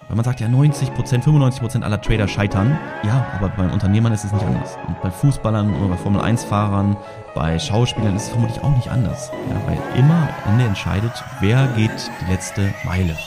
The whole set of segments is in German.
Weil man sagt ja 90%, 95% aller Trader scheitern. Ja, aber bei Unternehmern ist es nicht anders. Und bei Fußballern oder bei Formel-1-Fahrern, bei Schauspielern ist es vermutlich auch nicht anders. Ja, weil immer am Ende entscheidet, wer geht die letzte Meile.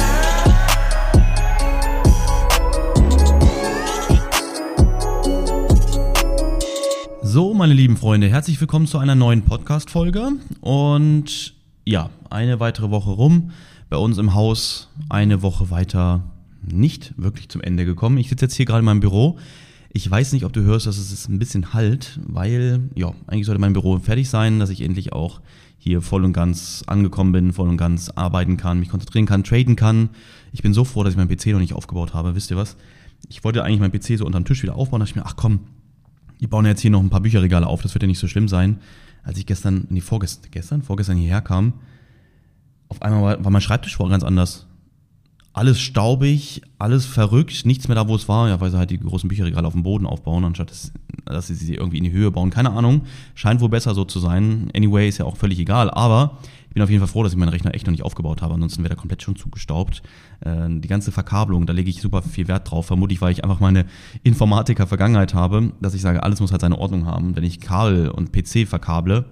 So, meine lieben Freunde, herzlich willkommen zu einer neuen Podcast-Folge. Und ja, eine weitere Woche rum. Bei uns im Haus eine Woche weiter nicht wirklich zum Ende gekommen. Ich sitze jetzt hier gerade in meinem Büro. Ich weiß nicht, ob du hörst, dass es ein bisschen halt, weil, ja, eigentlich sollte mein Büro fertig sein, dass ich endlich auch hier voll und ganz angekommen bin, voll und ganz arbeiten kann, mich konzentrieren kann, traden kann. Ich bin so froh, dass ich meinen PC noch nicht aufgebaut habe. Wisst ihr was? Ich wollte eigentlich meinen PC so unterm Tisch wieder aufbauen, da dachte ich mir, ach komm, die bauen jetzt hier noch ein paar Bücherregale auf, das wird ja nicht so schlimm sein. Als ich vorgestern hierher kam, auf einmal war mein Schreibtisch voll ganz anders. Alles staubig, alles verrückt, nichts mehr da, wo es war. Ja, weil sie halt die großen Bücherregale auf dem Boden aufbauen, anstatt dass sie sie irgendwie in die Höhe bauen. Keine Ahnung, scheint wohl besser so zu sein. Anyway, ist ja auch völlig egal. Aber ich bin auf jeden Fall froh, dass ich meinen Rechner echt noch nicht aufgebaut habe. Ansonsten wäre der komplett schon zugestaubt. Die ganze Verkabelung, da lege ich super viel Wert drauf. Vermutlich, weil ich einfach meine Informatiker-Vergangenheit habe, dass ich sage, alles muss halt seine Ordnung haben. Wenn ich Kabel und PC verkable,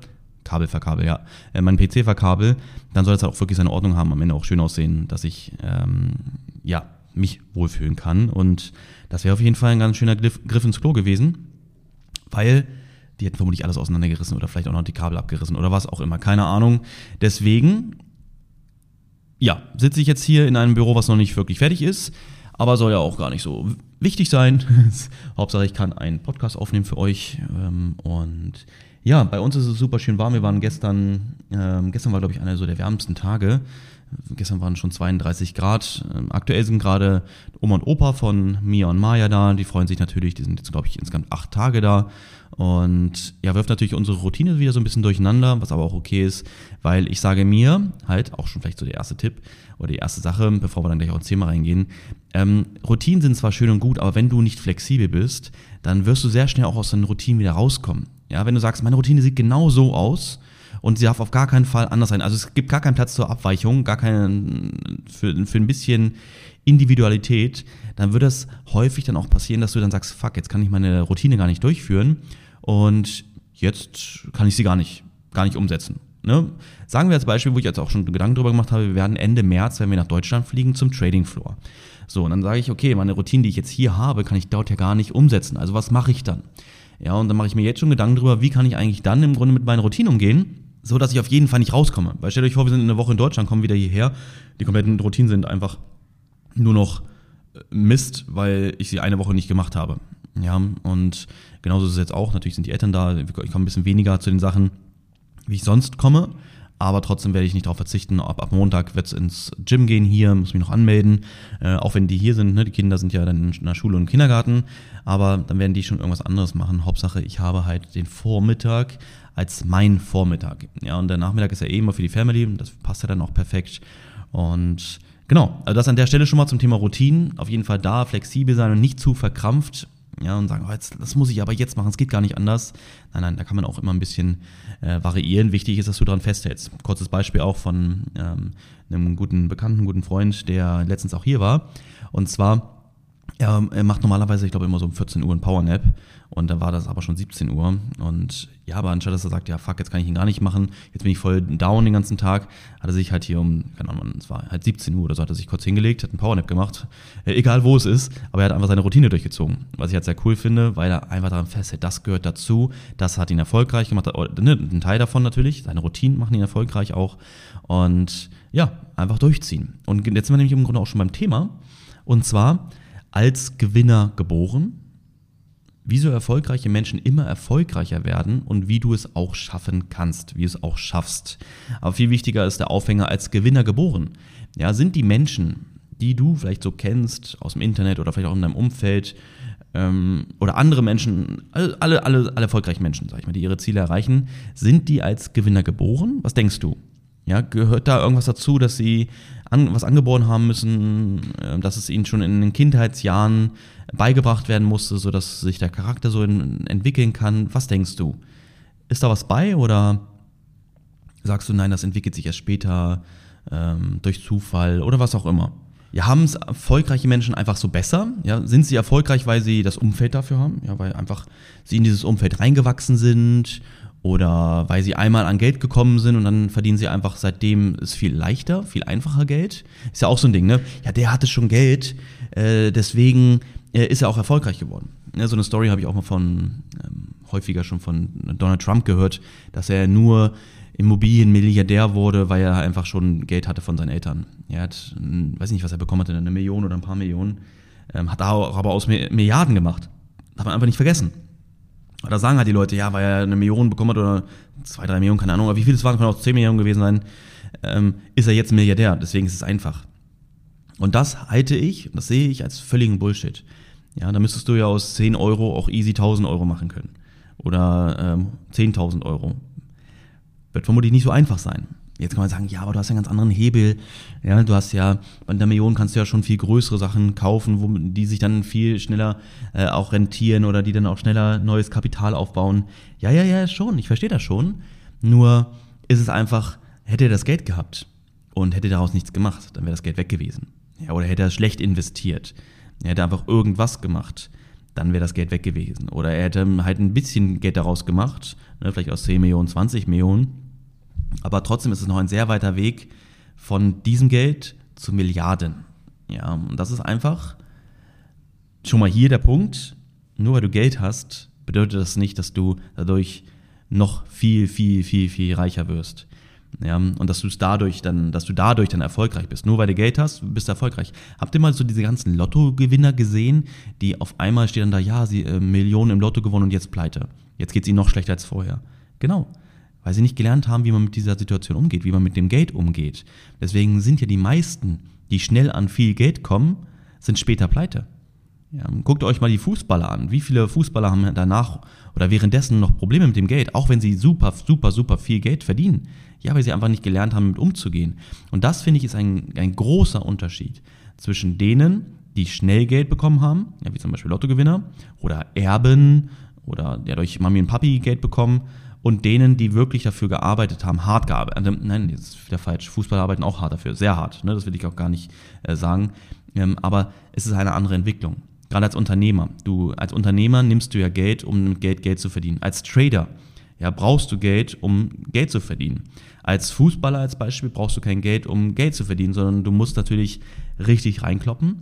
meinen PC verkabel, dann soll es halt auch wirklich seine Ordnung haben, am Ende auch schön aussehen, dass ich mich wohlfühlen kann. Und das wäre auf jeden Fall ein ganz schöner Griff ins Klo gewesen, weil die hätten vermutlich alles auseinandergerissen oder vielleicht auch noch die Kabel abgerissen oder was auch immer, keine Ahnung. Deswegen, ja, sitze ich jetzt hier in einem Büro, was noch nicht wirklich fertig ist, aber soll ja auch gar nicht so wichtig sein. Hauptsache, ich kann einen Podcast aufnehmen für euch und ja, bei uns ist es super schön warm. Wir waren gestern war, glaube ich, einer so der wärmsten Tage. Gestern waren schon 32 Grad. Aktuell sind gerade Oma und Opa von Mia und Maya da. Die freuen sich natürlich. Die sind jetzt, glaube ich, insgesamt 8 Tage da. Und ja, wirft natürlich unsere Routine wieder so ein bisschen durcheinander, was aber auch okay ist, weil ich sage mir, halt, auch schon vielleicht so der erste Tipp oder die erste Sache, bevor wir dann gleich auch ins Thema reingehen, Routinen sind zwar schön und gut, aber wenn du nicht flexibel bist, dann wirst du sehr schnell auch aus deinen Routinen wieder rauskommen. Ja, wenn du sagst, meine Routine sieht genau so aus und sie darf auf gar keinen Fall anders sein. Also es gibt gar keinen Platz zur Abweichung, gar keinen für ein bisschen Individualität, dann wird es häufig dann auch passieren, dass du dann sagst, fuck, jetzt kann ich meine Routine gar nicht durchführen und jetzt kann ich sie gar nicht umsetzen. Ne? Sagen wir als Beispiel, wo ich jetzt auch schon Gedanken drüber gemacht habe, wir werden Ende März, wenn wir nach Deutschland fliegen, zum Trading Floor. So, und dann sage ich, okay, meine Routine, die ich jetzt hier habe, kann ich dort ja gar nicht umsetzen. Also was mache ich dann? Ja, und dann mache ich mir jetzt schon Gedanken drüber, wie kann ich eigentlich dann im Grunde mit meiner Routine umgehen, so dass ich auf jeden Fall nicht rauskomme. Weil stellt euch vor, wir sind in einer Woche in Deutschland, kommen wieder hierher, die kompletten Routinen sind einfach nur noch Mist, weil ich sie eine Woche nicht gemacht habe. Ja, und genauso ist es jetzt auch. Natürlich sind die Eltern da, ich komme ein bisschen weniger zu den Sachen, wie ich sonst komme. Aber trotzdem werde ich nicht darauf verzichten. Ab Montag wird es ins Gym gehen hier, muss mich noch anmelden. Auch wenn die hier sind, ne? Die Kinder sind ja dann in der Schule und im Kindergarten. Aber dann werden die schon irgendwas anderes machen. Hauptsache, ich habe halt den Vormittag als mein Vormittag. Ja, und der Nachmittag ist ja eh immer für die Family. Das passt ja dann auch perfekt. Und genau, also das an der Stelle schon mal zum Thema Routinen. Auf jeden Fall da flexibel sein und nicht zu verkrampft. Ja, und sagen, das muss ich aber jetzt machen, es geht gar nicht anders. Nein, da kann man auch immer ein bisschen variieren. Wichtig ist, dass du daran festhältst. Kurzes Beispiel auch von einem guten Bekannten, guten Freund, der letztens auch hier war. Und zwar, er macht normalerweise, ich glaube, immer so um 14 Uhr ein Powernap. Und da war das aber schon 17 Uhr. Und ja, aber anstatt dass er sagt, ja fuck, jetzt kann ich ihn gar nicht machen, jetzt bin ich voll down den ganzen Tag, hat er sich halt hier keine Ahnung, es war halt 17 Uhr oder so, hat er sich kurz hingelegt, hat einen Powernap gemacht, egal wo es ist, aber er hat einfach seine Routine durchgezogen. Was ich halt sehr cool finde, weil er einfach daran festhält, das gehört dazu, das hat ihn erfolgreich gemacht, ein Teil davon natürlich, seine Routinen machen ihn erfolgreich auch und ja, einfach durchziehen. Und jetzt sind wir nämlich im Grunde auch schon beim Thema und zwar als Gewinner geboren. Wieso erfolgreiche Menschen immer erfolgreicher werden und wie du es auch schaffen kannst, wie du es auch schaffst. Aber viel wichtiger ist der Aufhänger als Gewinner geboren. Ja, sind die Menschen, die du vielleicht so kennst aus dem Internet oder vielleicht auch in deinem Umfeld oder andere Menschen, alle erfolgreichen Menschen, sag ich mal, die ihre Ziele erreichen, sind die als Gewinner geboren? Was denkst du? Ja, gehört da irgendwas dazu, dass sie was angeboren haben müssen, dass es ihnen schon in den Kindheitsjahren beigebracht werden musste, sodass sich der Charakter so entwickeln kann? Was denkst du? Ist da was bei oder sagst du, nein, das entwickelt sich erst später durch Zufall oder was auch immer? Ja, haben es erfolgreiche Menschen einfach so besser? Ja, sind sie erfolgreich, weil sie das Umfeld dafür haben? Ja, weil einfach sie in dieses Umfeld reingewachsen sind oder weil sie einmal an Geld gekommen sind und dann verdienen sie einfach seitdem es viel leichter, viel einfacher Geld? Ist ja auch so ein Ding, ne? Ja, der hatte schon Geld, deswegen ist er auch erfolgreich geworden. Ja, so eine Story habe ich auch mal häufiger schon von Donald Trump gehört, dass er nur Immobilienmilliardär wurde, weil er einfach schon Geld hatte von seinen Eltern. Er hat, weiß nicht, was er bekommen hatte, 1 Million oder ein paar Millionen, hat aber aus Milliarden gemacht. Darf man einfach nicht vergessen. Da sagen halt die Leute, ja, weil er 1 Million bekommen hat oder 2, 3 Millionen, keine Ahnung, aber wie viel es waren, können auch 10 Millionen gewesen sein, ist er jetzt Milliardär. Deswegen ist es einfach. Und das halte ich, das sehe ich als völligen Bullshit. Ja, da müsstest du ja aus 10 Euro auch easy 1.000 Euro machen können. Oder 10.000 Euro. Wird vermutlich nicht so einfach sein. Jetzt kann man sagen, ja, aber du hast ja einen ganz anderen Hebel. Ja, du hast ja, bei 1 Million kannst du ja schon viel größere Sachen kaufen, die sich dann viel schneller auch rentieren oder die dann auch schneller neues Kapital aufbauen. Ja, schon, ich verstehe das schon. Nur ist es einfach, hätte er das Geld gehabt und hätte daraus nichts gemacht, dann wäre das Geld weg gewesen. Ja, oder hätte er schlecht investiert. Er hätte einfach irgendwas gemacht, dann wäre das Geld weg gewesen. Oder er hätte halt ein bisschen Geld daraus gemacht, ne, vielleicht aus 10 Millionen, 20 Millionen. Aber trotzdem ist es noch ein sehr weiter Weg von diesem Geld zu Milliarden. Ja, und das ist einfach schon mal hier der Punkt. Nur weil du Geld hast, bedeutet das nicht, dass du dadurch noch viel reicher wirst. Ja, und dass du dadurch dann erfolgreich bist. Nur weil du Geld hast, bist du erfolgreich. Habt ihr mal so diese ganzen Lottogewinner gesehen, die auf einmal stehen dann da, ja, sie Millionen im Lotto gewonnen und jetzt pleite. Jetzt geht es ihnen noch schlechter als vorher. Genau. Weil sie nicht gelernt haben, wie man mit dieser Situation umgeht, wie man mit dem Geld umgeht. Deswegen sind ja die meisten, die schnell an viel Geld kommen, sind später pleite. Ja, guckt euch mal die Fußballer an. Wie viele Fußballer haben danach oder währenddessen noch Probleme mit dem Geld, auch wenn sie super viel Geld verdienen? Ja, weil sie einfach nicht gelernt haben, mit umzugehen. Und das, finde ich, ist ein großer Unterschied zwischen denen, die schnell Geld bekommen haben, ja, wie zum Beispiel Lottogewinner oder Erben oder ja, durch Mami und Papi Geld bekommen, und denen, die wirklich dafür gearbeitet haben, hart gearbeitet. Nein, das ist wieder falsch. Fußballer arbeiten auch hart dafür, sehr hart. Ne? Das will ich auch gar nicht sagen. Aber es ist eine andere Entwicklung. Gerade als Unternehmer. Als Unternehmer nimmst du ja Geld, um mit Geld zu verdienen. Als Trader brauchst du Geld, um Geld zu verdienen. Als Fußballer als Beispiel brauchst du kein Geld, um Geld zu verdienen, sondern du musst natürlich richtig reinkloppen.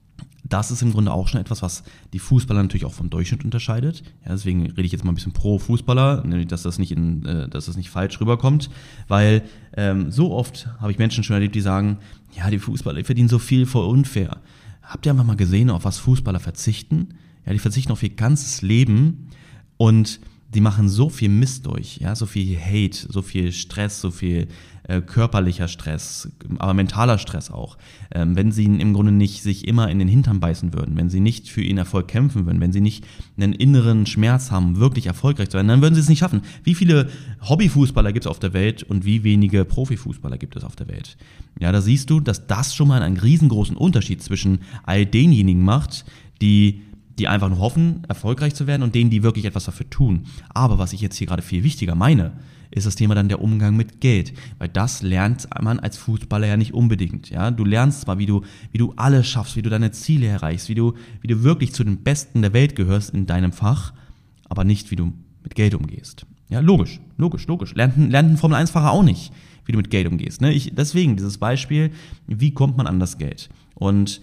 Das ist im Grunde auch schon etwas, was die Fußballer natürlich auch vom Durchschnitt unterscheidet. Ja, deswegen rede ich jetzt mal ein bisschen pro Fußballer, dass das nicht falsch rüberkommt, weil so oft habe ich Menschen schon erlebt, die sagen, ja, die Fußballer, die verdienen so viel, voll unfair. Habt ihr einfach mal gesehen, auf was Fußballer verzichten? Ja, die verzichten auf ihr ganzes Leben und die machen so viel Mist durch, ja, so viel Hate, so viel Stress, so viel körperlicher Stress, aber mentaler Stress auch. Wenn sie im Grunde nicht sich immer in den Hintern beißen würden, wenn sie nicht für ihren Erfolg kämpfen würden, wenn sie nicht einen inneren Schmerz haben, wirklich erfolgreich zu werden, dann würden sie es nicht schaffen. Wie viele Hobbyfußballer gibt es auf der Welt und wie wenige Profifußballer gibt es auf der Welt? Ja, da siehst du, dass das schon mal einen riesengroßen Unterschied zwischen all denjenigen macht, die einfach nur hoffen, erfolgreich zu werden und denen, die wirklich etwas dafür tun. Aber was ich jetzt hier gerade viel wichtiger meine, ist das Thema dann der Umgang mit Geld. Weil das lernt man als Fußballer ja nicht unbedingt. Ja? Du lernst zwar, wie du alles schaffst, wie du deine Ziele erreichst, wie du wirklich zu den Besten der Welt gehörst in deinem Fach, aber nicht, wie du mit Geld umgehst. Ja, logisch. Lernt ein Formel-1-Fahrer auch nicht, wie du mit Geld umgehst. Ne? Deswegen dieses Beispiel, wie kommt man an das Geld? Und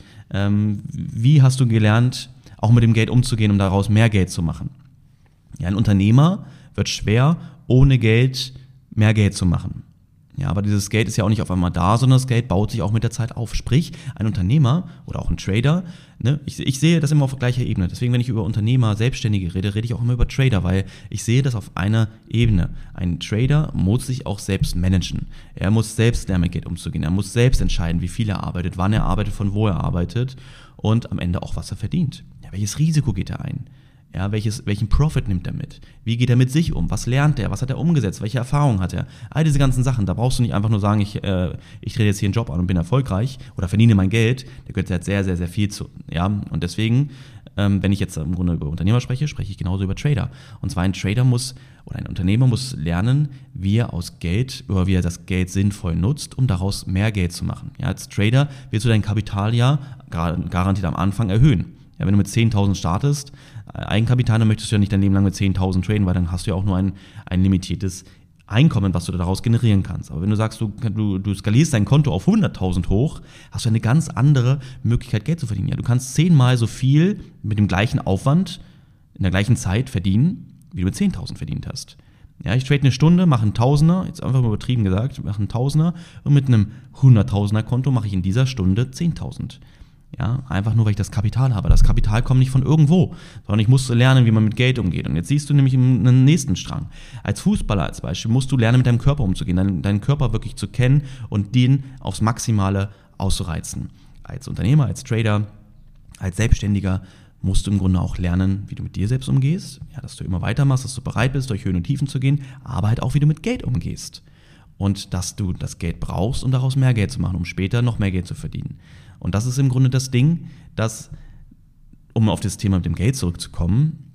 wie hast du gelernt, auch mit dem Geld umzugehen, um daraus mehr Geld zu machen? Ja, ein Unternehmer wird schwer, ohne Geld mehr Geld zu machen. Ja, aber dieses Geld ist ja auch nicht auf einmal da, sondern das Geld baut sich auch mit der Zeit auf. Sprich, ein Unternehmer oder auch ein Trader, ne, ich sehe das immer auf gleicher Ebene. Deswegen, wenn ich über Unternehmer, Selbstständige rede ich auch immer über Trader, weil ich sehe das auf einer Ebene. Ein Trader muss sich auch selbst managen. Er muss selbst lernen, mit Geld umzugehen. Er muss selbst entscheiden, wie viel er arbeitet, wann er arbeitet, von wo er arbeitet und am Ende auch, was er verdient. Ja, welches Risiko geht er ein? Ja, welchen Profit nimmt er mit? Wie geht er mit sich um? Was lernt er? Was hat er umgesetzt? Welche Erfahrungen hat er? All diese ganzen Sachen, da brauchst du nicht einfach nur sagen, ich trete jetzt hier einen Job an und bin erfolgreich oder verdiene mein Geld. Da gehört jetzt sehr viel zu. Ja, und deswegen wenn ich jetzt im Grunde über Unternehmer spreche, spreche ich genauso über Trader. Und zwar ein Unternehmer muss lernen, wie er das Geld sinnvoll nutzt, um daraus mehr Geld zu machen. Ja, als Trader willst du dein Kapital ja garantiert am Anfang erhöhen. Ja, wenn du mit 10.000 startest, Eigenkapital, dann möchtest du ja nicht dein Leben lang mit 10.000 traden, weil dann hast du ja auch nur ein limitiertes Einkommen, was du daraus generieren kannst. Aber wenn du sagst, du skalierst dein Konto auf 100.000 hoch, hast du eine ganz andere Möglichkeit, Geld zu verdienen. Ja, du kannst 10-mal so viel mit dem gleichen Aufwand in der gleichen Zeit verdienen, wie du mit 10.000 verdient hast. Ja, ich trade eine Stunde, mache einen Tausender, jetzt einfach mal übertrieben gesagt, mache einen Tausender und mit einem 100.000er Konto mache ich in dieser Stunde 10.000. Ja, einfach nur, weil ich das Kapital habe. Das Kapital kommt nicht von irgendwo, sondern ich musste lernen, wie man mit Geld umgeht. Und jetzt siehst du nämlich einen nächsten Strang. Als Fußballer als Beispiel musst du lernen, mit deinem Körper umzugehen, deinen Körper wirklich zu kennen und den aufs Maximale auszureizen. Als Unternehmer, als Trader, als Selbstständiger musst du im Grunde auch lernen, wie du mit dir selbst umgehst, ja, dass du immer weitermachst, dass du bereit bist, durch Höhen und Tiefen zu gehen, aber halt auch, wie du mit Geld umgehst. Und dass du das Geld brauchst, um daraus mehr Geld zu machen, um später noch mehr Geld zu verdienen. Und das ist im Grunde das Ding, dass, um auf das Thema mit dem Geld zurückzukommen,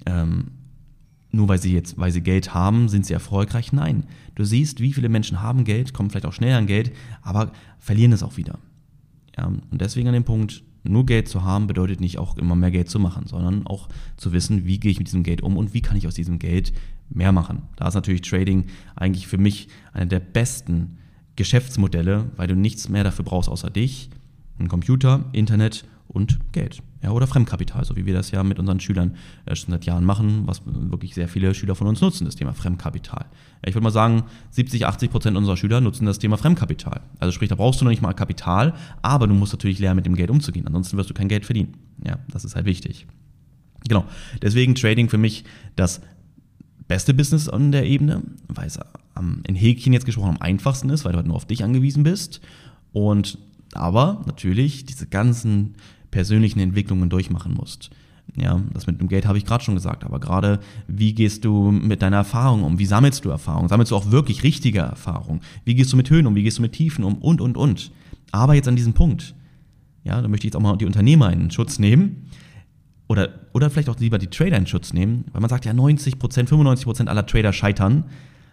nur weil sie Geld haben, sind sie erfolgreich? Nein. Du siehst, wie viele Menschen haben Geld, kommen vielleicht auch schnell an Geld, aber verlieren es auch wieder. Ja, und deswegen an dem Punkt, nur Geld zu haben, bedeutet nicht auch immer mehr Geld zu machen, sondern auch zu wissen, wie gehe ich mit diesem Geld um und wie kann ich aus diesem Geld mehr machen. Da ist natürlich Trading eigentlich für mich einer der besten Geschäftsmodelle, weil du nichts mehr dafür brauchst außer dich, einen Computer, Internet und Geld. Ja, oder Fremdkapital, so wie wir das ja mit unseren Schülern schon seit Jahren machen, was wirklich sehr viele Schüler von uns nutzen, das Thema Fremdkapital. Ja, ich würde mal sagen, 70-80% unserer Schüler nutzen das Thema Fremdkapital. Also sprich, da brauchst du noch nicht mal Kapital, aber du musst natürlich lernen, mit dem Geld umzugehen, ansonsten wirst du kein Geld verdienen. Ja, das ist halt wichtig. Genau, deswegen Trading für mich das beste Business an der Ebene, weil es in Häkchen jetzt gesprochen am einfachsten ist, weil du halt nur auf dich angewiesen bist aber natürlich diese ganzen persönlichen Entwicklungen durchmachen musst. Ja, das mit dem Geld habe ich gerade schon gesagt, aber gerade, wie gehst du mit deiner Erfahrung um? Wie sammelst du Erfahrung? Sammelst du auch wirklich richtige Erfahrung? Wie gehst du mit Höhen um? Wie gehst du mit Tiefen um? Und. Aber jetzt an diesem Punkt, ja, da möchte ich jetzt auch mal die Unternehmer in Schutz nehmen oder vielleicht auch lieber die Trader in Schutz nehmen, weil man sagt ja 95% aller Trader scheitern.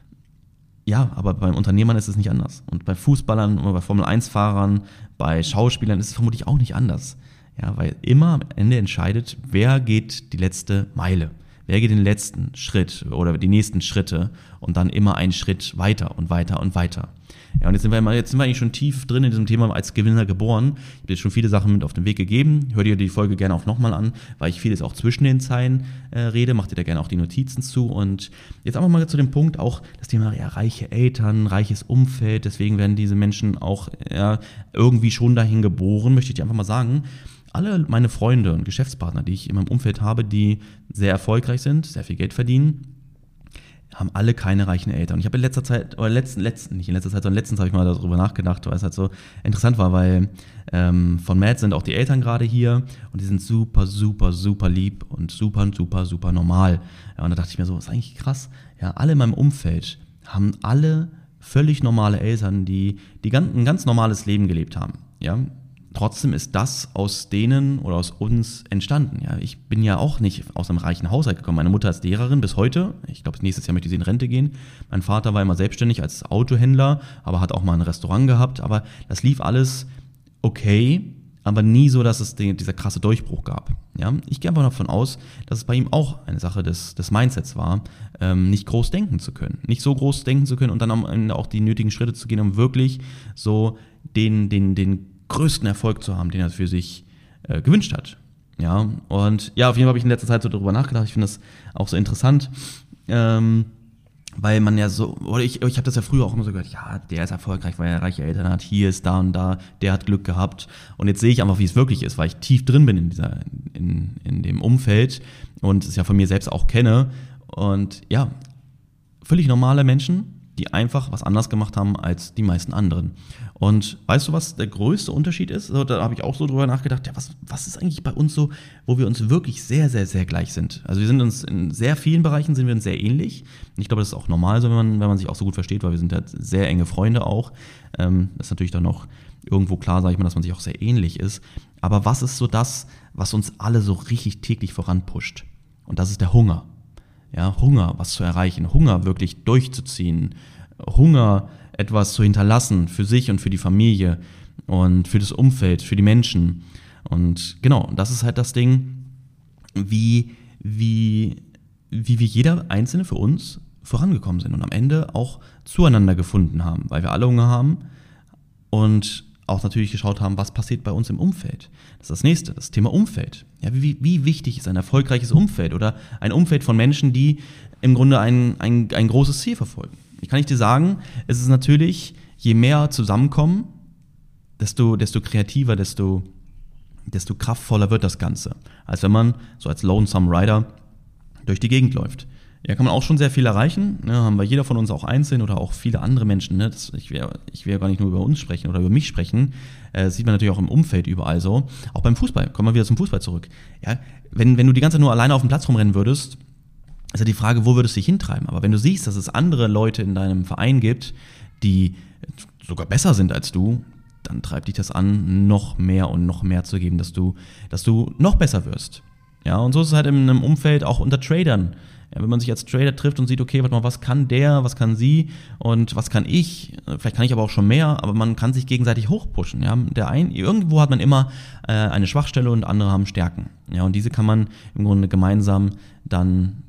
Ja, aber bei Unternehmern ist es nicht anders. Und bei Fußballern oder bei Formel-1-Fahrern, bei Schauspielern ist es vermutlich auch nicht anders. Ja, weil immer am Ende entscheidet, wer geht die letzte Meile, wer geht den letzten Schritt oder die nächsten Schritte und dann immer einen Schritt weiter und weiter und weiter. Ja, und jetzt sind wir eigentlich schon tief drin in diesem Thema als Gewinner geboren. Ich habe jetzt schon viele Sachen mit auf den Weg gegeben. Hör dir die Folge gerne auch nochmal an, weil ich vieles auch zwischen den Zeilen rede. Mach dir da gerne auch die Notizen zu. Und jetzt einfach mal zu dem Punkt auch das Thema reiche Eltern, reiches Umfeld. Deswegen werden diese Menschen auch irgendwie schon dahin geboren, möchte ich dir einfach mal sagen. Alle meine Freunde und Geschäftspartner, die ich in meinem Umfeld habe, die sehr erfolgreich sind, sehr viel Geld verdienen, haben alle keine reichen Eltern. Und ich habe in letzter Zeit, oder letztens habe ich mal darüber nachgedacht, weil es halt so interessant war, weil von Matt sind auch die Eltern gerade hier und die sind super, super, super lieb und super, super, super normal. Ja, und da dachte ich mir so, das ist eigentlich krass. Ja, alle in meinem Umfeld haben alle völlig normale Eltern, die ein ganz normales Leben gelebt haben. Ja, trotzdem ist das aus denen oder aus uns entstanden. Ja, ich bin ja auch nicht aus einem reichen Haushalt gekommen. Meine Mutter ist Lehrerin bis heute. Ich glaube, nächstes Jahr möchte sie in Rente gehen. Mein Vater war immer selbstständig als Autohändler, aber hat auch mal ein Restaurant gehabt. Aber das lief alles okay, aber nie so, dass es dieser krasse Durchbruch gab. Ja, ich gehe einfach davon aus, dass es bei ihm auch eine Sache des Mindsets war, nicht groß denken zu können. Nicht so groß denken zu können und dann am Ende auch die nötigen Schritte zu gehen, um wirklich so den größten Erfolg zu haben, den er für sich gewünscht hat. Ja, und ja, auf jeden Fall habe ich in letzter Zeit so darüber nachgedacht. Ich finde das auch so interessant, weil man ja so, oder ich habe das ja früher auch immer so gehört, ja, der ist erfolgreich, weil er reiche Eltern hat, hier ist da und da, der hat Glück gehabt. Und jetzt sehe ich einfach, wie es wirklich ist, weil ich tief drin bin in dem Umfeld und es ja von mir selbst auch kenne. Und ja, völlig normale Menschen, die einfach was anders gemacht haben als die meisten anderen. Und weißt du, was der größte Unterschied ist? Also, da habe ich auch so drüber nachgedacht, ja, was ist eigentlich bei uns so, wo wir uns wirklich sehr, sehr, sehr gleich sind? Also wir sind uns in sehr vielen Bereichen sind wir uns sehr ähnlich. Und ich glaube, das ist auch normal so, wenn man sich auch so gut versteht, weil wir sind halt sehr enge Freunde auch. Das ist natürlich dann noch irgendwo klar, sage ich mal, dass man sich auch sehr ähnlich ist. Aber was ist so das, was uns alle so richtig täglich voranpusht? Und das ist der Hunger. Ja, Hunger, was zu erreichen, Hunger wirklich durchzuziehen, Hunger, etwas zu hinterlassen für sich und für die Familie und für das Umfeld, für die Menschen. Und genau, das ist halt das Ding, wie wir jeder Einzelne für uns vorangekommen sind und am Ende auch zueinander gefunden haben, weil wir alle Hunger haben und auch natürlich geschaut haben, was passiert bei uns im Umfeld. Das ist das Nächste, das Thema Umfeld. Ja, wie wichtig ist ein erfolgreiches Umfeld oder ein Umfeld von Menschen, die im Grunde ein großes Ziel verfolgen. Ich kann nicht dir sagen, es ist natürlich, je mehr zusammenkommen, desto kreativer, desto kraftvoller wird das Ganze, als wenn man so als Lonesome Rider durch die Gegend läuft. Ja, kann man auch schon sehr viel erreichen, ne, haben wir jeder von uns auch einzeln oder auch viele andere Menschen, ne, ich will ja gar nicht nur über uns sprechen oder über mich sprechen, das sieht man natürlich auch im Umfeld überall so, auch beim Fußball, kommen wir wieder zum Fußball zurück. Ja, wenn du die ganze Zeit nur alleine auf dem Platz rumrennen würdest, ist ja die Frage, wo würdest du dich hintreiben, aber wenn du siehst, dass es andere Leute in deinem Verein gibt, die sogar besser sind als du, dann treibt dich das an, noch mehr und noch mehr zu geben, dass du noch besser wirst. Ja, und so ist es halt in einem Umfeld auch unter Tradern. Ja, wenn man sich als Trader trifft und sieht, okay, warte mal, was kann der, was kann sie und was kann ich? Vielleicht kann ich aber auch schon mehr, aber man kann sich gegenseitig hochpushen. Ja, irgendwo hat man immer eine Schwachstelle und andere haben Stärken. Ja, und diese kann man im Grunde gemeinsam dann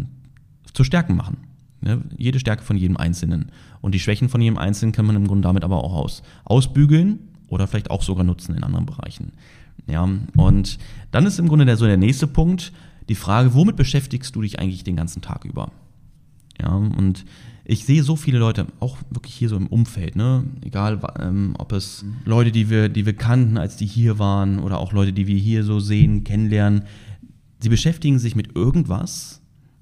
zu Stärken machen. Ja, jede Stärke von jedem Einzelnen. Und die Schwächen von jedem Einzelnen kann man im Grunde damit aber auch ausbügeln oder vielleicht auch sogar nutzen in anderen Bereichen. Ja, und dann ist im Grunde der nächste Punkt die Frage, womit beschäftigst du dich eigentlich den ganzen Tag über? Ja, und ich sehe so viele Leute, auch wirklich hier so im Umfeld, ne? Egal, ob es Leute, die wir kannten, als die hier waren, oder auch Leute, die wir hier so sehen, kennenlernen, sie beschäftigen sich mit irgendwas,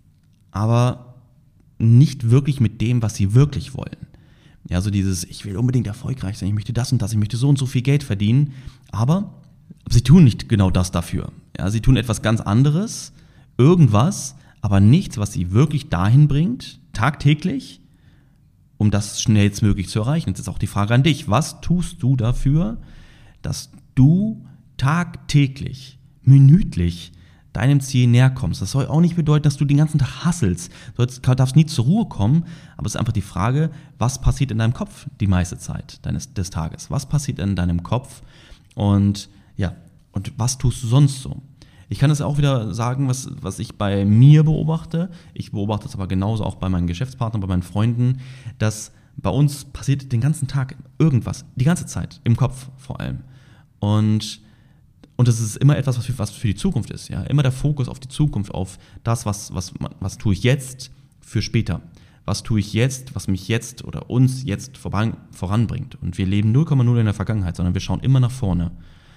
aber nicht wirklich mit dem, was sie wirklich wollen. Ja, so dieses, ich will unbedingt erfolgreich sein, ich möchte das und das, ich möchte so und so viel Geld verdienen, aber sie tun nicht genau das dafür. Ja, sie tun etwas ganz anderes, irgendwas, aber nichts, was sie wirklich dahin bringt, tagtäglich, um das schnellstmöglich zu erreichen. Jetzt ist auch die Frage an dich, was tust du dafür, dass du tagtäglich, minütlich deinem Ziel näher kommst? Das soll auch nicht bedeuten, dass du den ganzen Tag hasselst. Du darfst nie zur Ruhe kommen, aber es ist einfach die Frage, was passiert in deinem Kopf die meiste Zeit des Tages? Was passiert in deinem Kopf? Und was tust du sonst so? Ich kann das auch wieder sagen, was ich bei mir beobachte. Ich beobachte es aber genauso auch bei meinen Geschäftspartnern, bei meinen Freunden, dass bei uns passiert den ganzen Tag irgendwas, die ganze Zeit, im Kopf vor allem. Und das ist immer etwas, was für die Zukunft ist. Ja? Immer der Fokus auf die Zukunft, auf das, was tue ich jetzt für später. Was tue ich jetzt, was mich jetzt oder uns jetzt voranbringt. Und wir leben 0,0 in der Vergangenheit, sondern wir schauen immer nach vorne.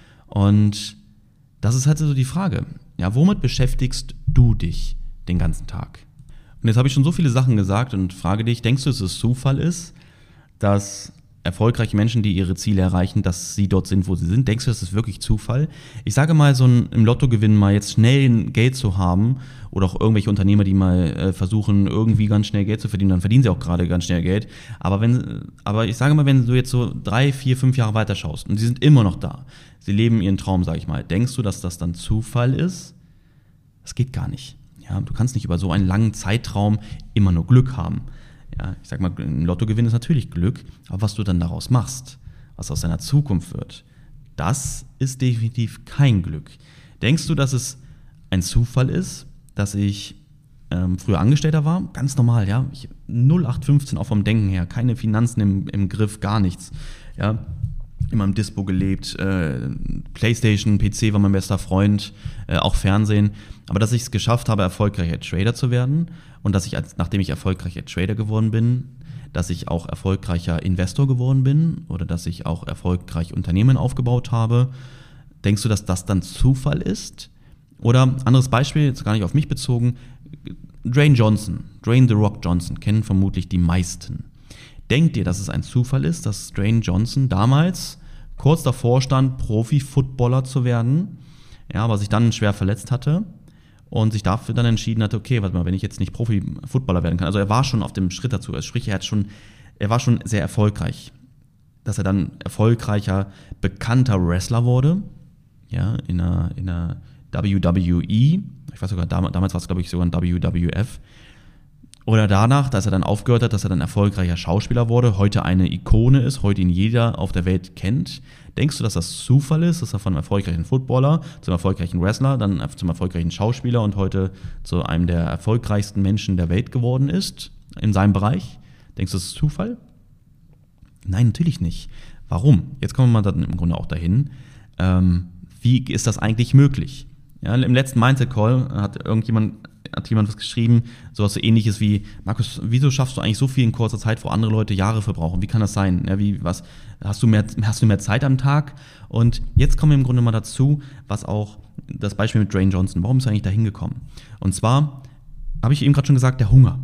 Und das ist halt so die Frage. Ja, womit beschäftigst du dich den ganzen Tag? Und jetzt habe ich schon so viele Sachen gesagt und frage dich, denkst du, dass es Zufall ist, dass erfolgreiche Menschen, die ihre Ziele erreichen, dass sie dort sind, wo sie sind? Denkst du, das ist wirklich Zufall? Ich sage mal, so im Lottogewinn mal jetzt schnell Geld zu haben oder auch irgendwelche Unternehmer, die mal versuchen, irgendwie ganz schnell Geld zu verdienen, dann verdienen sie auch gerade ganz schnell Geld. Aber ich sage mal, wenn du jetzt so 3, 4, 5 Jahre weiter schaust und sie sind immer noch da, sie leben ihren Traum, sage ich mal, denkst du, dass das dann Zufall ist? Das geht gar nicht. Ja, du kannst nicht über so einen langen Zeitraum immer nur Glück haben. Ja, ich sag mal, ein Lottogewinn ist natürlich Glück, aber was du dann daraus machst, was aus deiner Zukunft wird, das ist definitiv kein Glück. Denkst du, dass es ein Zufall ist, dass ich früher Angestellter war? Ganz normal, ja. 0815 auch vom Denken her, keine Finanzen im Griff, gar nichts. Ja, immer im Dispo gelebt, Playstation, PC war mein bester Freund, auch Fernsehen. Aber dass ich es geschafft habe, erfolgreicher Trader zu werden und dass ich, nachdem ich erfolgreicher Trader geworden bin, dass ich auch erfolgreicher Investor geworden bin oder dass ich auch erfolgreich Unternehmen aufgebaut habe. Denkst du, dass das dann Zufall ist? Oder anderes Beispiel, jetzt gar nicht auf mich bezogen, Dwayne The Rock Johnson, kennen vermutlich die meisten. Denkt ihr, dass es ein Zufall ist, dass Dwayne Johnson damals kurz davor stand, Profi-Footballer zu werden, ja, aber sich dann schwer verletzt hatte und sich dafür dann entschieden hatte, okay, warte mal, wenn ich jetzt nicht Profi-Footballer werden kann. Also er war schon auf dem Schritt dazu, sprich er war schon sehr erfolgreich. dass er dann erfolgreicher, bekannter Wrestler wurde, ja, in der WWE, ich weiß sogar, damals war es glaube ich sogar ein WWF, oder danach, dass er dann aufgehört hat, dass er dann erfolgreicher Schauspieler wurde, heute eine Ikone ist, heute ihn jeder auf der Welt kennt. Denkst du, dass das Zufall ist, dass er von einem erfolgreichen Footballer zum erfolgreichen Wrestler, dann zum erfolgreichen Schauspieler und heute zu einem der erfolgreichsten Menschen der Welt geworden ist, in seinem Bereich? Denkst du, das ist Zufall? Nein, natürlich nicht. Warum? Jetzt kommen wir mal dann im Grunde auch dahin. Wie ist das eigentlich möglich? Ja, im letzten Mindset-Call hat jemand was geschrieben, sowas so ähnliches wie: Markus, wieso schaffst du eigentlich so viel in kurzer Zeit, wo andere Leute Jahre verbrauchen? Wie kann das sein? Ja, hast du mehr Zeit am Tag? Und jetzt kommen wir im Grunde mal dazu, was auch das Beispiel mit Dwayne Johnson, warum ist er eigentlich da hingekommen? Und zwar habe ich eben gerade schon gesagt, der Hunger.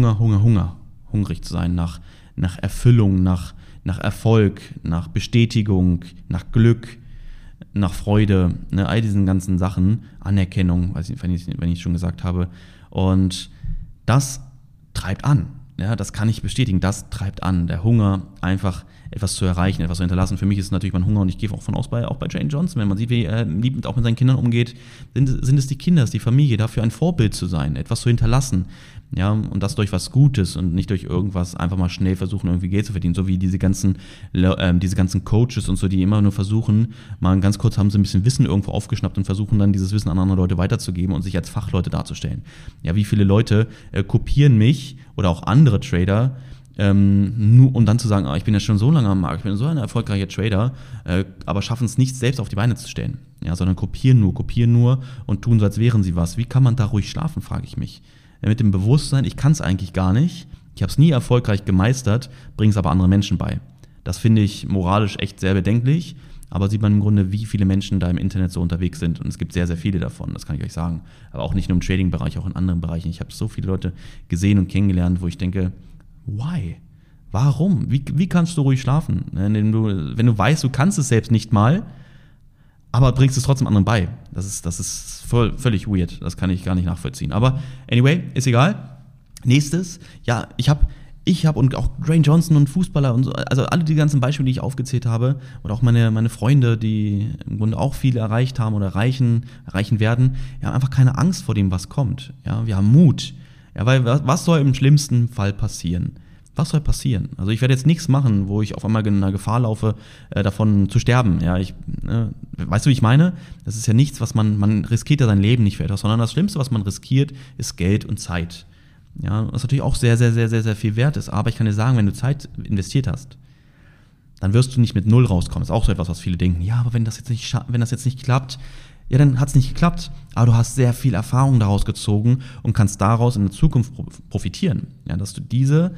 Hungrig zu sein nach Erfüllung, nach Erfolg, nach Bestätigung, nach Glück, nach Freude, ne, all diesen ganzen Sachen, Anerkennung, wenn ich schon gesagt habe. Und das treibt an. Ja, das kann ich bestätigen. Das treibt an. Der Hunger, einfach etwas zu erreichen, etwas zu hinterlassen. Für mich ist es natürlich mein Hunger und ich gehe auch von aus auch bei Dwayne Johnson, wenn man sieht, wie er liebend auch mit seinen Kindern umgeht, sind es die Kinder, ist die Familie, dafür ein Vorbild zu sein, etwas zu hinterlassen. Ja, und das durch was Gutes und nicht durch irgendwas einfach mal schnell versuchen, irgendwie Geld zu verdienen. So wie diese ganzen Coaches und so, die immer nur versuchen, mal ganz kurz haben sie ein bisschen Wissen irgendwo aufgeschnappt und versuchen dann dieses Wissen an andere Leute weiterzugeben und sich als Fachleute darzustellen. Ja, wie viele Leute kopieren mich oder auch andere Trader, nur um dann zu sagen, ich bin ja schon so lange am Markt, ich bin so ein erfolgreicher Trader, aber schaffen es nicht, selbst auf die Beine zu stellen. Ja, sondern kopieren nur und tun so, als wären sie was. Wie kann man da ruhig schlafen, frage ich mich. Mit dem Bewusstsein, ich kann es eigentlich gar nicht, ich habe es nie erfolgreich gemeistert, bringe es aber anderen Menschen bei. Das finde ich moralisch echt sehr bedenklich, aber sieht man im Grunde, wie viele Menschen da im Internet so unterwegs sind und es gibt sehr, sehr viele davon, das kann ich euch sagen. Aber auch nicht nur im Trading-Bereich, auch in anderen Bereichen. Ich habe so viele Leute gesehen und kennengelernt, wo ich denke, why? Warum? Wie kannst du ruhig schlafen? Wenn du weißt, du kannst es selbst nicht mal, aber bringst es trotzdem anderen bei. Das ist völlig weird. Das kann ich gar nicht nachvollziehen. Aber anyway, ist egal. Nächstes, ja, ich hab und auch Dwayne Johnson und Fußballer und so, also alle die ganzen Beispiele, die ich aufgezählt habe, oder auch meine Freunde, die im Grunde auch viel erreicht haben oder erreichen werden, ja, haben einfach keine Angst vor dem, was kommt. Ja, wir haben Mut. Ja, weil was soll im schlimmsten Fall passieren? Was soll passieren? Also ich werde jetzt nichts machen, wo ich auf einmal in einer Gefahr laufe, davon zu sterben. Ja, weißt du, wie ich meine? Das ist ja nichts, was man riskiert ja sein Leben nicht für etwas, sondern das Schlimmste, was man riskiert, ist Geld und Zeit. Ja, was natürlich auch sehr, sehr, sehr, sehr, sehr viel wert ist. Aber ich kann dir sagen, wenn du Zeit investiert hast, dann wirst du nicht mit null rauskommen. Das ist auch so etwas, was viele denken. Ja, aber wenn das jetzt nicht klappt, ja, dann hat es nicht geklappt. Aber du hast sehr viel Erfahrung daraus gezogen und kannst daraus in der Zukunft profitieren. Ja, dass du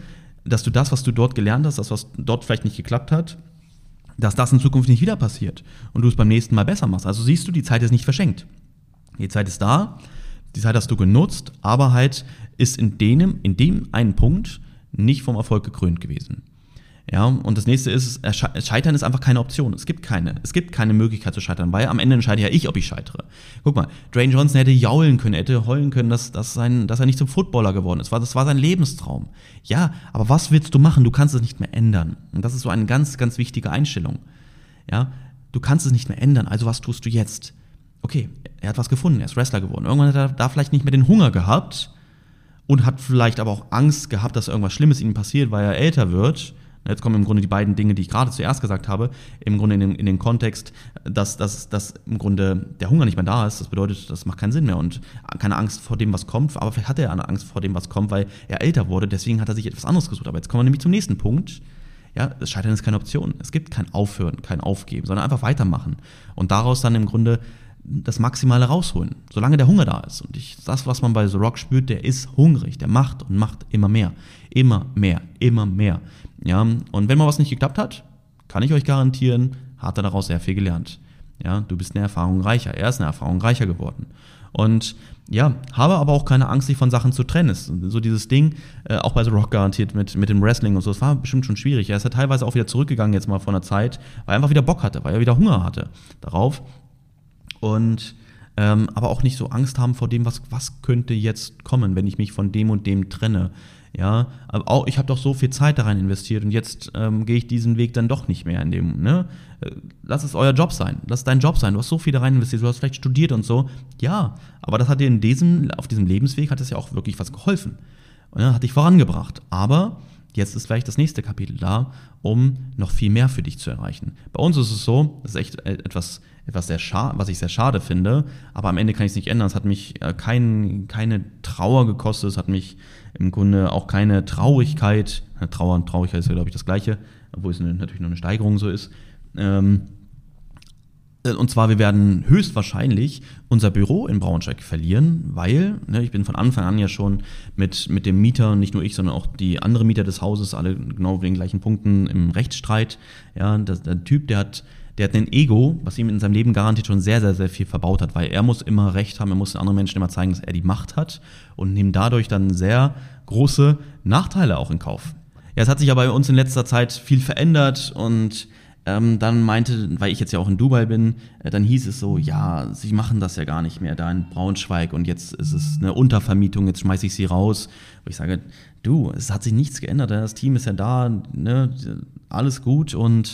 das, was du dort gelernt hast, das, was dort vielleicht nicht geklappt hat, dass das in Zukunft nicht wieder passiert und du es beim nächsten Mal besser machst. Also siehst du, die Zeit ist nicht verschenkt. Die Zeit ist da, die Zeit hast du genutzt, aber halt ist in dem einen Punkt nicht vom Erfolg gekrönt gewesen. Ja, und das nächste ist, Scheitern ist einfach keine Option. Es gibt keine Möglichkeit zu scheitern, weil am Ende entscheide ja ich, ob ich scheitere. Guck mal, Dwayne Johnson hätte jaulen können, hätte heulen können, dass er nicht zum Footballer geworden ist. Das war sein Lebenstraum. Ja, aber was willst du machen? Du kannst es nicht mehr ändern. Und das ist so eine ganz, ganz wichtige Einstellung. Ja, du kannst es nicht mehr ändern, also was tust du jetzt? Okay, er hat was gefunden, er ist Wrestler geworden. Irgendwann hat er da vielleicht nicht mehr den Hunger gehabt und hat vielleicht aber auch Angst gehabt, dass irgendwas Schlimmes ihm passiert, weil er älter wird. Jetzt kommen im Grunde die beiden Dinge, die ich gerade zuerst gesagt habe, im Grunde in den Kontext, dass im Grunde der Hunger nicht mehr da ist. Das bedeutet, das macht keinen Sinn mehr und keine Angst vor dem, was kommt. Aber vielleicht hat er eine Angst vor dem, was kommt, weil er älter wurde. Deswegen hat er sich etwas anderes gesucht. Aber jetzt kommen wir nämlich zum nächsten Punkt. Ja, das Scheitern ist keine Option. Es gibt kein Aufhören, kein Aufgeben, sondern einfach weitermachen. Und daraus dann im Grunde das Maximale rausholen, solange der Hunger da ist. Und das, was man bei The Rock spürt, der ist hungrig, der macht und macht immer mehr. Immer mehr, immer mehr. Ja, und wenn mal was nicht geklappt hat, kann ich euch garantieren, hat er daraus sehr viel gelernt. Ja, du bist eine Erfahrung reicher, er ist eine Erfahrung reicher geworden. Und ja, habe aber auch keine Angst, sich von Sachen zu trennen. So dieses Ding, auch bei The Rock garantiert mit dem Wrestling und so, das war bestimmt schon schwierig. Er ist ja teilweise auch wieder zurückgegangen jetzt mal von der Zeit, weil er einfach wieder Bock hatte, weil er wieder Hunger hatte darauf. Und aber auch nicht so Angst haben vor dem, was könnte jetzt kommen, wenn ich mich von dem und dem trenne. Ja, aber auch, ich habe doch so viel Zeit da rein investiert und jetzt gehe ich diesen Weg dann doch nicht mehr in dem, ne? Lass es euer Job sein, lass es dein Job sein, du hast so viel da rein investiert, du hast vielleicht studiert und so, ja, aber das hat dir auf diesem Lebensweg hat es ja auch wirklich was geholfen, ne? Hat dich vorangebracht, aber jetzt ist vielleicht das nächste Kapitel da, um noch viel mehr für dich zu erreichen. Bei uns ist es so, das ist echt etwas sehr was ich sehr schade finde, aber am Ende kann ich es nicht ändern. Es hat mich keine Trauer gekostet, es hat mich im Grunde auch keine Traurigkeit, Trauer und Traurigkeit ist ja, glaube ich, das Gleiche, obwohl es natürlich nur eine Steigerung so ist. Und zwar, wir werden höchstwahrscheinlich unser Büro in Braunschweig verlieren, weil, ne, ich bin von Anfang an ja schon mit dem Mieter, nicht nur ich, sondern auch die anderen Mieter des Hauses, alle genau wegen den gleichen Punkten im Rechtsstreit. Ja, der Typ, der hat ein Ego, was ihm in seinem Leben garantiert schon sehr, sehr, sehr viel verbaut hat, weil er muss immer Recht haben, er muss den anderen Menschen immer zeigen, dass er die Macht hat und nimmt dadurch dann sehr große Nachteile auch in Kauf. Ja, es hat sich aber bei uns in letzter Zeit viel verändert und dann meinte, weil ich jetzt ja auch in Dubai bin, dann hieß es so, ja, sie machen das ja gar nicht mehr da in Braunschweig und jetzt ist es eine Untervermietung, jetzt schmeiße ich sie raus. Wo ich sage, du, es hat sich nichts geändert, das Team ist ja da, ne, alles gut und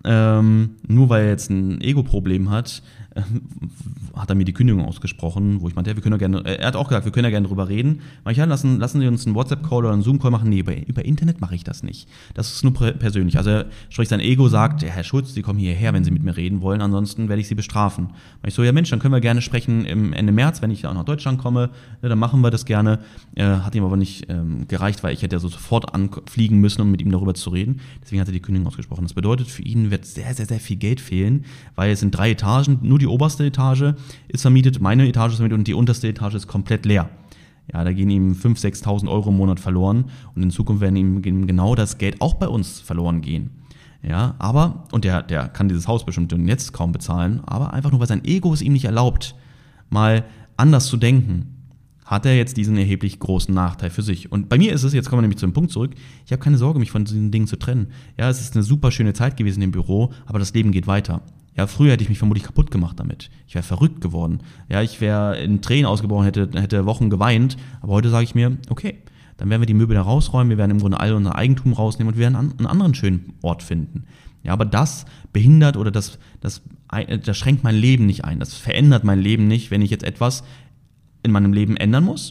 nur weil er jetzt ein Ego-Problem hat, hat er mir die Kündigung ausgesprochen, wo ich meinte, ja, wir können ja gerne, er hat auch gesagt, wir können ja gerne drüber reden. Aber ja, lassen Sie uns einen WhatsApp-Call oder einen Zoom-Call machen. Nee, über Internet mache ich das nicht. Das ist nur persönlich. Also sprich, sein Ego sagt, ja, Herr Schulz, Sie kommen hierher, wenn Sie mit mir reden wollen, ansonsten werde ich Sie bestrafen. Und ich so, ja Mensch, dann können wir gerne sprechen im Ende März, wenn ich auch nach Deutschland komme, dann machen wir das gerne. Hat ihm aber nicht gereicht, weil ich hätte ja so sofort anfliegen müssen, um mit ihm darüber zu reden. Deswegen hat er die Kündigung ausgesprochen. Das bedeutet, für ihn wird sehr, sehr, sehr viel Geld fehlen, weil es sind 3 Etagen, nur die oberste Etage ist vermietet, meine Etage ist vermietet und die unterste Etage ist komplett leer. Ja, da gehen ihm 5.000, 6.000 Euro im Monat verloren und in Zukunft werden ihm genau das Geld auch bei uns verloren gehen. Ja, aber, und der kann dieses Haus bestimmt jetzt kaum bezahlen, aber einfach nur, weil sein Ego es ihm nicht erlaubt, mal anders zu denken, hat er jetzt diesen erheblich großen Nachteil für sich. Und bei mir ist es, jetzt kommen wir nämlich zu dem Punkt zurück, ich habe keine Sorge, mich von diesen Dingen zu trennen. Ja, es ist eine super schöne Zeit gewesen im Büro, aber das Leben geht weiter. Ja, früher hätte ich mich vermutlich kaputt gemacht damit. Ich wäre verrückt geworden. Ja, ich wäre in Tränen ausgebrochen, hätte Wochen geweint. Aber heute sage ich mir, okay, dann werden wir die Möbel da rausräumen, wir werden im Grunde all unser Eigentum rausnehmen und wir werden einen anderen schönen Ort finden. Ja, aber das behindert oder das schränkt mein Leben nicht ein. Das verändert mein Leben nicht, wenn ich jetzt etwas in meinem Leben ändern muss.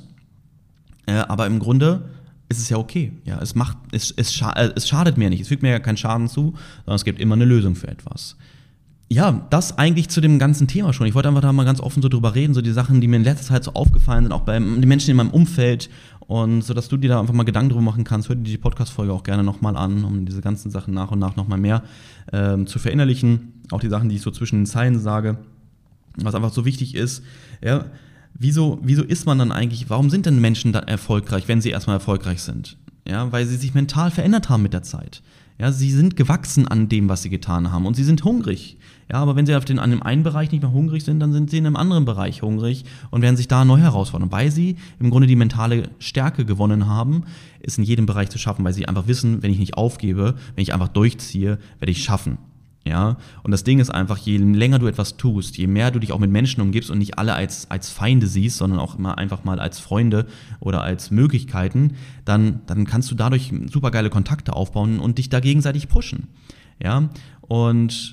Aber im Grunde ist es ja okay. Ja, es schadet mir nicht. Es fügt mir ja keinen Schaden zu, sondern es gibt immer eine Lösung für etwas. Ja, das eigentlich zu dem ganzen Thema schon. Ich wollte einfach da mal ganz offen so drüber reden, so die Sachen, die mir in letzter Zeit so aufgefallen sind, auch bei den Menschen in meinem Umfeld und so, dass du dir da einfach mal Gedanken drüber machen kannst. Hör dir die Podcast-Folge auch gerne nochmal an, um diese ganzen Sachen nach und nach nochmal mehr zu verinnerlichen. Auch die Sachen, die ich so zwischen den Zeilen sage, was einfach so wichtig ist. Ja, wieso ist man dann eigentlich, warum sind denn Menschen dann erfolgreich, wenn sie erstmal erfolgreich sind? Ja, weil sie sich mental verändert haben mit der Zeit. Ja, sie sind gewachsen an dem, was sie getan haben und sie sind hungrig. Ja, aber wenn sie an dem einen Bereich nicht mehr hungrig sind, dann sind sie in einem anderen Bereich hungrig und werden sich da neu herausfordern. Weil sie im Grunde die mentale Stärke gewonnen haben, es in jedem Bereich zu schaffen, weil sie einfach wissen, wenn ich nicht aufgebe, wenn ich einfach durchziehe, werde ich schaffen. Ja, und das Ding ist einfach, je länger du etwas tust, je mehr du dich auch mit Menschen umgibst und nicht alle als Feinde siehst, sondern auch immer einfach mal als Freunde oder als Möglichkeiten, dann kannst du dadurch supergeile Kontakte aufbauen und dich da gegenseitig pushen. Ja, und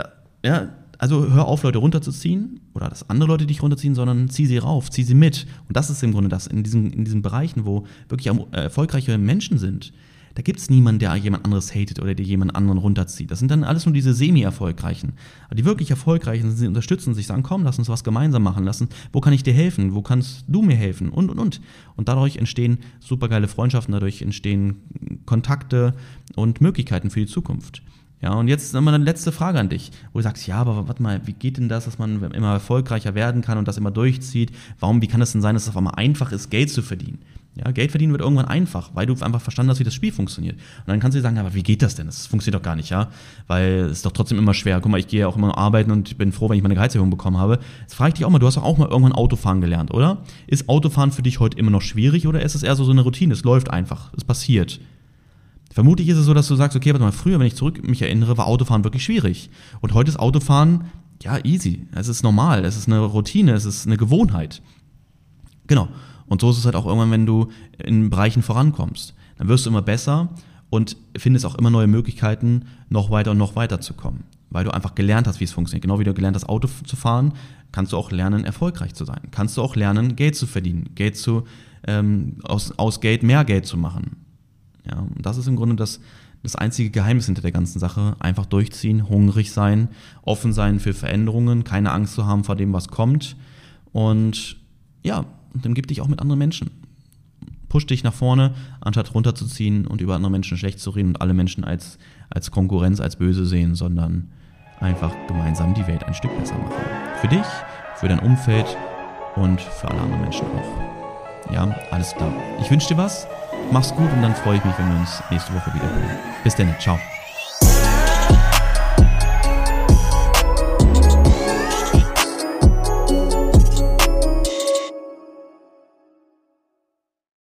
also hör auf, Leute runterzuziehen oder dass andere Leute dich runterziehen, sondern zieh sie rauf, zieh sie mit. Und das ist im Grunde das, in diesen Bereichen, wo wirklich erfolgreiche Menschen sind. Da gibt es niemanden, der jemand anderes hatet oder der jemand anderen runterzieht. Das sind dann alles nur diese semi-Erfolgreichen. Aber die wirklich Erfolgreichen, sie unterstützen sich, sagen, komm, lass uns was gemeinsam machen, wo kann ich dir helfen, wo kannst du mir helfen und. Und dadurch entstehen supergeile Freundschaften, dadurch entstehen Kontakte und Möglichkeiten für die Zukunft. Ja, und jetzt nochmal eine letzte Frage an dich, wo du sagst, ja, aber warte mal, wie geht denn das, dass man immer erfolgreicher werden kann und das immer durchzieht? Wie kann es denn sein, dass es auf einmal einfach ist, Geld zu verdienen? Ja, Geld verdienen wird irgendwann einfach, weil du einfach verstanden hast, wie das Spiel funktioniert. Und dann kannst du dir sagen, aber wie geht das denn? Das funktioniert doch gar nicht, ja? Weil es ist doch trotzdem immer schwer. Guck mal, ich gehe ja auch immer arbeiten und bin froh, wenn ich meine Gehaltserhöhung bekommen habe. Jetzt frage ich dich auch mal, du hast doch auch mal irgendwann Autofahren gelernt, oder? Ist Autofahren für dich heute immer noch schwierig oder ist es eher so eine Routine? Es läuft einfach, es passiert. Vermutlich ist es so, dass du sagst, okay, warte mal, früher, wenn ich mich erinnere, war Autofahren wirklich schwierig. Und heute ist Autofahren, ja, easy. Es ist normal, es ist eine Routine, es ist eine Gewohnheit. Genau. Und so ist es halt auch irgendwann, wenn du in Bereichen vorankommst. Dann wirst du immer besser und findest auch immer neue Möglichkeiten, noch weiter zu kommen. Weil du einfach gelernt hast, wie es funktioniert. Genau wie du gelernt hast, Auto zu fahren, kannst du auch lernen, erfolgreich zu sein. Kannst du auch lernen, Geld zu verdienen, aus Geld mehr Geld zu machen. Ja, und das ist im Grunde das einzige Geheimnis hinter der ganzen Sache. Einfach durchziehen, hungrig sein, offen sein für Veränderungen, keine Angst zu haben vor dem, was kommt. Und ja, dann gib dich auch mit anderen Menschen. Push dich nach vorne, anstatt runterzuziehen und über andere Menschen schlecht zu reden und alle Menschen als Konkurrenz, als böse sehen, sondern einfach gemeinsam die Welt ein Stück besser machen. Für dich, für dein Umfeld und für alle anderen Menschen auch. Ja, alles klar. Ich wünsche dir was, mach's gut und dann freue ich mich, wenn wir uns nächste Woche wiederhören. Bis dann, ciao.